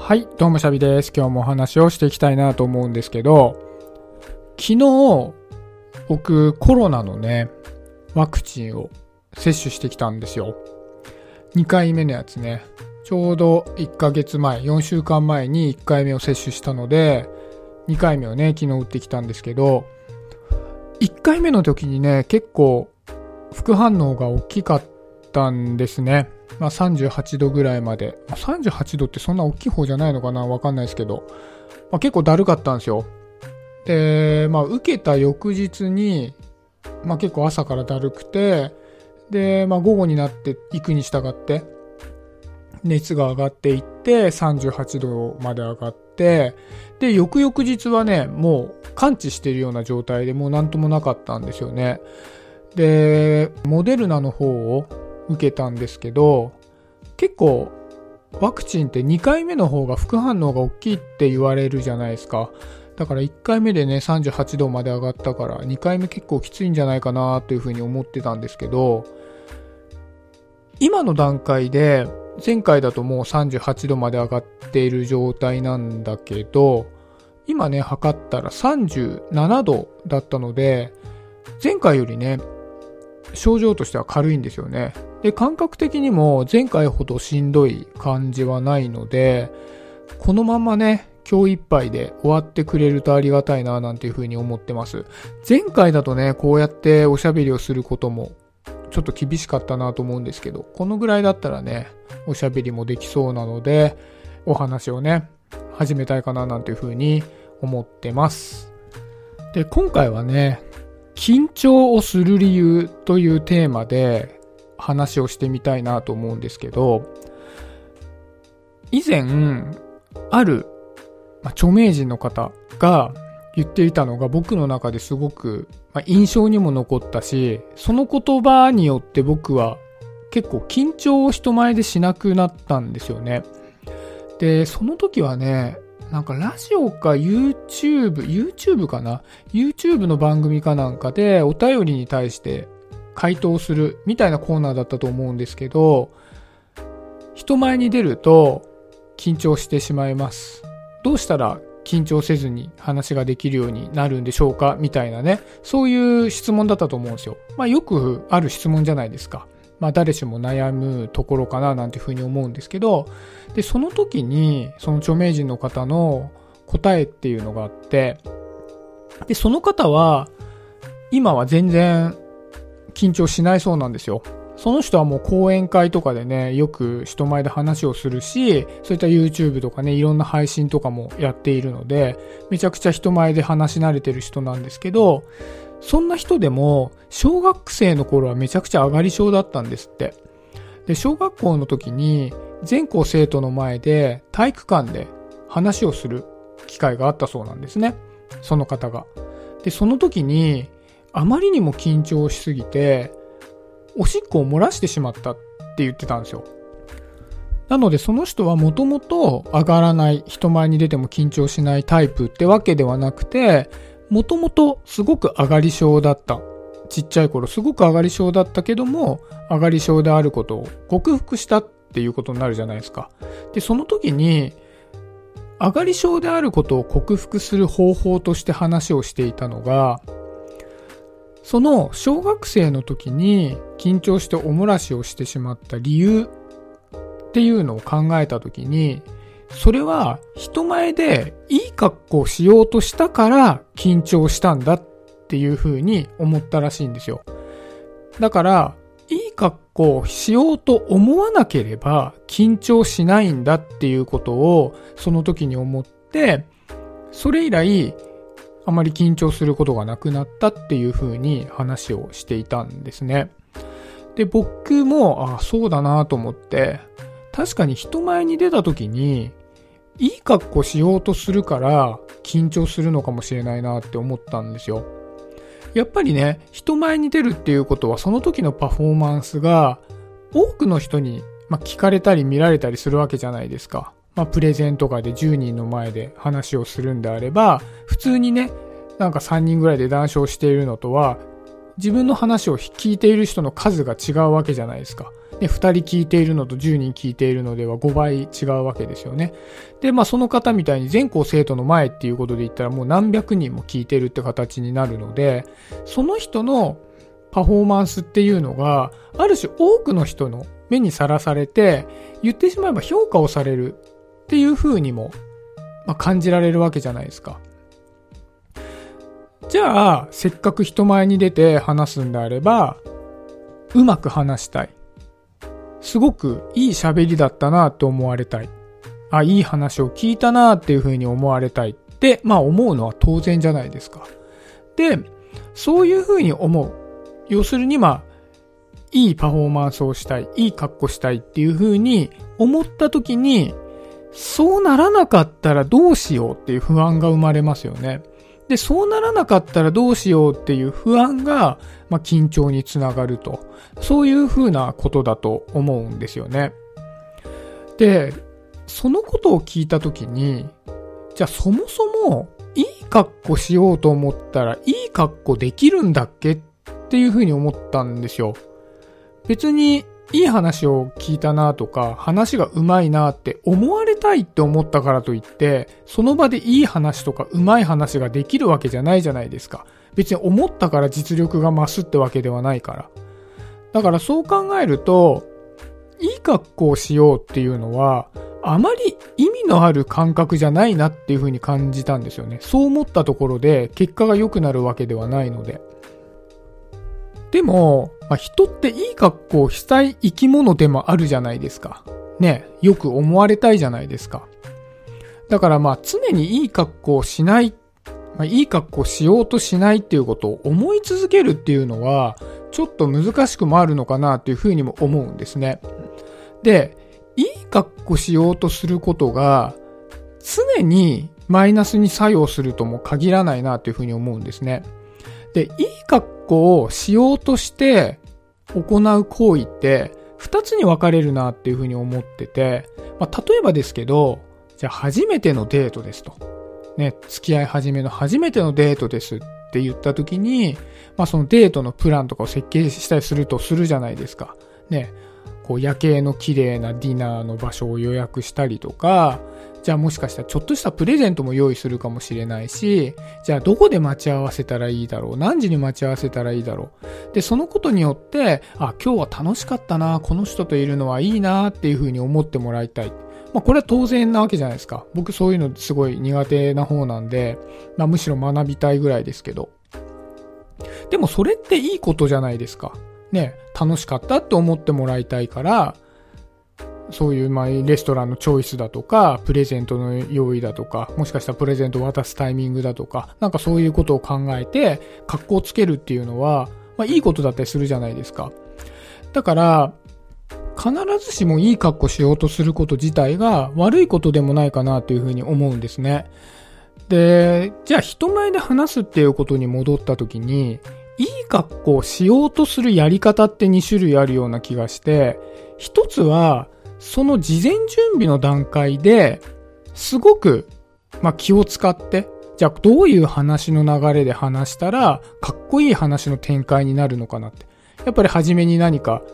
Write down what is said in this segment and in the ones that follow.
はい、どうもシャビです。今日もお話をしていきたいなと思うんですけど、昨日、僕コロナのね、ワクチンを接種してきたんですよ。2回目のやつね。ちょうど1ヶ月前、4週間前に1回目を接種したので、2回目をね、昨日打ってきたんですけど、1回目の時にね、結構副反応が大きかったんですね。38度ぐらいまで。38度ってそんな大きい方じゃないのかな、わかんないですけど。結構だるかったんですよ。で、受けた翌日に、結構朝からだるくて、で、午後になっていくに従って、熱が上がっていって、38度まで上がって、で、翌々日はね、もう完治しているような状態でもうなんともなかったんですよね。で、モデルナの方を受けたんですけど、結構ワクチンって2回目の方が副反応が大きいって言われるじゃないですか。だから1回目でね38度まで上がったから2回目結構きついんじゃないかなというふうに思ってたんですけど、今の段階で前回だともう38度まで上がっている状態なんだけど、今ね測ったら37度だったので、前回よりね症状としては軽いんですよね。で、感覚的にも前回ほどしんどい感じはないので、このままね今日いっぱいで終わってくれるとありがたいななんていうふうに思ってます。前回だとねこうやっておしゃべりをすることもちょっと厳しかったなと思うんですけど、このぐらいだったらねおしゃべりもできそうなので、お話をね始めたいかななんていうふうに思ってます。で、今回はね緊張をする理由というテーマで話をしてみたいなと思うんですけど、以前ある著名人の方が言っていたのが僕の中ですごく印象にも残ったし、その言葉によって僕は結構緊張を人前でしなくなったんですよね。で、その時はね、なんかラジオか YouTube かな YouTube の番組かなんかでお便りに対して回答するみたいなコーナーだったと思うんですけど、人前に出ると緊張してしまいます。どうしたら緊張せずに話ができるようになるんでしょうかみたいなね、そういう質問だったと思うんですよ。よくある質問じゃないですか。誰しも悩むところかななんていうふうに思うんですけど、で、その時にその著名人の方の答えっていうのがあって、で、その方は今は全然緊張しないそうなんですよ。その人はもう講演会とかでね、よく人前で話をするし、そういった YouTube とかね、いろんな配信とかもやっているので、めちゃくちゃ人前で話し慣れてる人なんですけど、そんな人でも小学生の頃はめちゃくちゃ上がり症だったんですって。で、小学校の時に全校生徒の前で体育館で話をする機会があったそうなんですね。その方が。で、その時にあまりにも緊張しすぎておしっこを漏らしてしまったって言ってたんですよ。なのでその人はもともと上がらない、人前に出ても緊張しないタイプってわけではなくて、もともとすごく上がり症だった。ちっちゃい頃すごく上がり症だったけども、上がり症であることを克服したっていうことになるじゃないですか。で、その時に上がり症であることを克服する方法として話をしていたのが、その小学生の時に緊張してお漏らしをしてしまった理由っていうのを考えた時に、それは人前でいい格好をしようとしたから緊張したんだっていう風に思ったらしいんですよ。だからいい格好をしようと思わなければ緊張しないんだっていうことをその時に思って、それ以来あまり緊張することがなくなったっていう風に話をしていたんですね。で、僕もそうだなと思って、確かに人前に出た時にいい格好しようとするから緊張するのかもしれないなって思ったんですよ。やっぱりね、人前に出るっていうことはその時のパフォーマンスが多くの人に聞かれたり見られたりするわけじゃないですか。プレゼンとかで10人の前で話をするんであれば、普通にね、なんか3人ぐらいで談笑しているのとは自分の話を聞いている人の数が違うわけじゃないですか。で、2人聞いているのと10人聞いているのでは5倍違うわけですよね。で、その方みたいに全校生徒の前っていうことで言ったらもう何百人も聞いてるって形になるので、その人のパフォーマンスっていうのが、ある種多くの人の目にさらされて、言ってしまえば評価をされるっていう風にも、感じられるわけじゃないですか。じゃあ、せっかく人前に出て話すんであれば、うまく話したい。すごくいい喋りだったなって思われたい。いい話を聞いたなっていう風に思われたいって、思うのは当然じゃないですか。で、そういう風に思う。要するにいいパフォーマンスをしたい、いい格好したいっていう風に思った時に、そうならなかったらどうしようっていう不安が生まれますよね。で、そうならなかったらどうしようっていう不安が、緊張につながると。そういう風なことだと思うんですよね。で、そのことを聞いたときに、じゃあそもそもいい格好しようと思ったらいい格好できるんだっけっていう風に思ったんですよ。別にいい話を聞いたなとか、話が上手いなって思われたいって思ったからといって、その場でいい話とか上手い話ができるわけじゃないじゃないですか。別に思ったから実力が増すってわけではないから。だからそう考えると、いい格好をしようっていうのは、あまり意味のある感覚じゃないなっていう風に感じたんですよね。そう思ったところで結果が良くなるわけではないので。でも、人っていい格好をしたい生き物でもあるじゃないですか。ね、よく思われたいじゃないですか。だから常にいい格好をしない、いい格好をしようとしないっていうことを思い続けるっていうのは、ちょっと難しくもあるのかなっていうふうにも思うんですね。で、いい格好しようとすることが、常にマイナスに作用するとも限らないなっていうふうに思うんですね。で、いい格好をしようとして行う行為って二つに分かれるなっていうふうに思ってて、例えばですけど、じゃあ初めてのデートですと。ね、付き合い始めの初めてのデートですって言った時に、そのデートのプランとかを設計したりするとするじゃないですか。ね、夜景の綺麗なディナーの場所を予約したりとか、じゃあもしかしたらちょっとしたプレゼントも用意するかもしれないし、じゃあどこで待ち合わせたらいいだろう、何時に待ち合わせたらいいだろう。で、そのことによって、今日は楽しかったな、この人といるのはいいなっていうふうに思ってもらいたい。これは当然なわけじゃないですか。僕そういうのすごい苦手な方なんで、むしろ学びたいぐらいですけど。でもそれっていいことじゃないですか。ね、楽しかったって思ってもらいたいから、そういうレストランのチョイスだとか、プレゼントの用意だとか、もしかしたらプレゼントを渡すタイミングだとか、そういうことを考えて、格好をつけるっていうのは、いいことだったりするじゃないですか。だから、必ずしもいい格好しようとすること自体が悪いことでもないかなというふうに思うんですね。で、じゃあ人前で話すっていうことに戻った時に、いい格好をしようとするやり方って2種類あるような気がして、一つは、その事前準備の段階ですごく、気を使って、じゃあどういう話の流れで話したらかっこいい話の展開になるのかなって。やっぱり初めに何か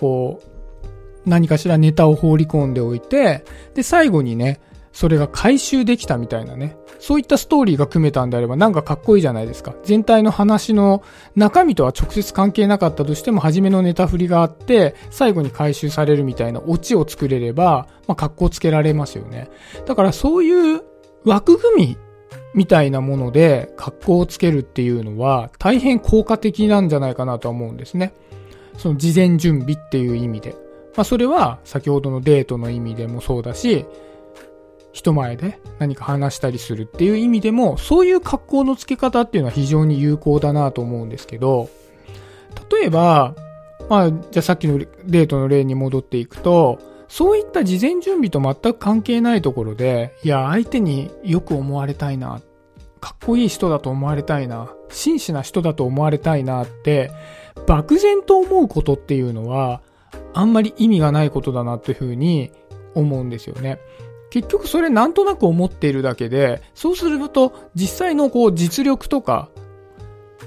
しらネタを放り込んでおいて、で最後にね、それが回収できたみたいなね、そういったストーリーが組めたんであればかっこいいじゃないですか。全体の話の中身とは直接関係なかったとしても、初めのネタ振りがあって最後に回収されるみたいなオチを作れれば、かっこつけられますよね。だからそういう枠組みみたいなもので格好をつけるっていうのは大変効果的なんじゃないかなとは思うんですね。その事前準備っていう意味で。それは先ほどのデートの意味でもそうだし、人前で何か話したりするっていう意味でも、そういう格好のつけ方っていうのは非常に有効だなと思うんですけど、例えば、じゃあさっきのデートの例に戻っていくと、そういった事前準備と全く関係ないところで、いや、相手によく思われたいな、かっこいい人だと思われたいな、真摯な人だと思われたいなって、漠然と思うことっていうのは、あんまり意味がないことだなっていうふうに思うんですよね。結局それなんとなく思っているだけで、そうすると実際の実力とか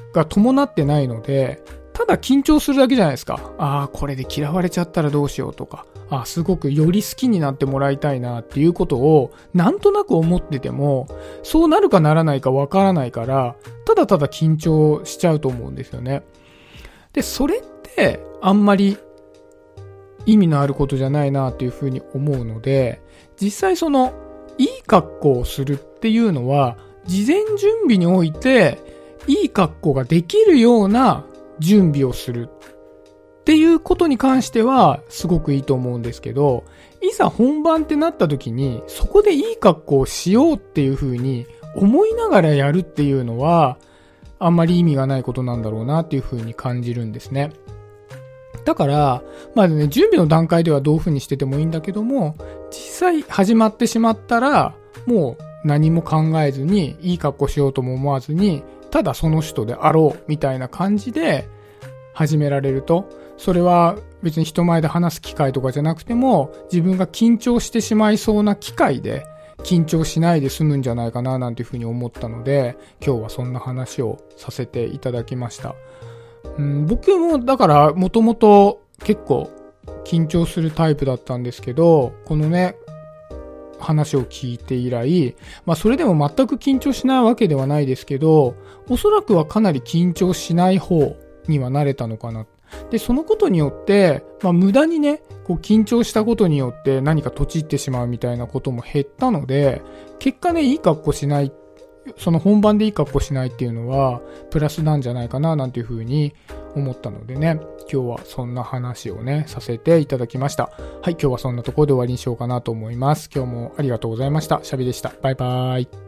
が伴ってないので、ただ緊張するだけじゃないですか。これで嫌われちゃったらどうしようとか、すごくより好きになってもらいたいなっていうことをなんとなく思ってても、そうなるかならないかわからないから、ただただ緊張しちゃうと思うんですよね。で、それってあんまり意味のあることじゃないなっていうふうに思うので、実際いい格好をするっていうのは、事前準備においていい格好ができるような準備をするっていうことに関してはすごくいいと思うんですけど、いざ本番ってなった時にそこでいい格好をしようっていう風に思いながらやるっていうのはあんまり意味がないことなんだろうなっていう風に感じるんですね。だからまずね、準備の段階ではどういう風にしててもいいんだけども、実際始まってしまったらもう何も考えずに、いい格好しようとも思わずに、ただその人であろうみたいな感じで始められると、それは別に人前で話す機会とかじゃなくても、自分が緊張してしまいそうな機会で緊張しないで済むんじゃないかななんていうふうに思ったので、今日はそんな話をさせていただきました。僕もだからもともと結構緊張するタイプだったんですけど、このね話を聞いて以来、それでも全く緊張しないわけではないですけど、おそらくはかなり緊張しない方にはなれたのかな。で、そのことによって、無駄にね、緊張したことによって何かとちってしまうみたいなことも減ったので、結果ね、いい格好しない、その本番でいい格好しないっていうのは、プラスなんじゃないかななんていうふうに思ったのでね、今日はそんな話をね、させていただきました。はい、今日はそんなところで終わりにしようかなと思います。今日もありがとうございました。シャビでした。バイバーイ。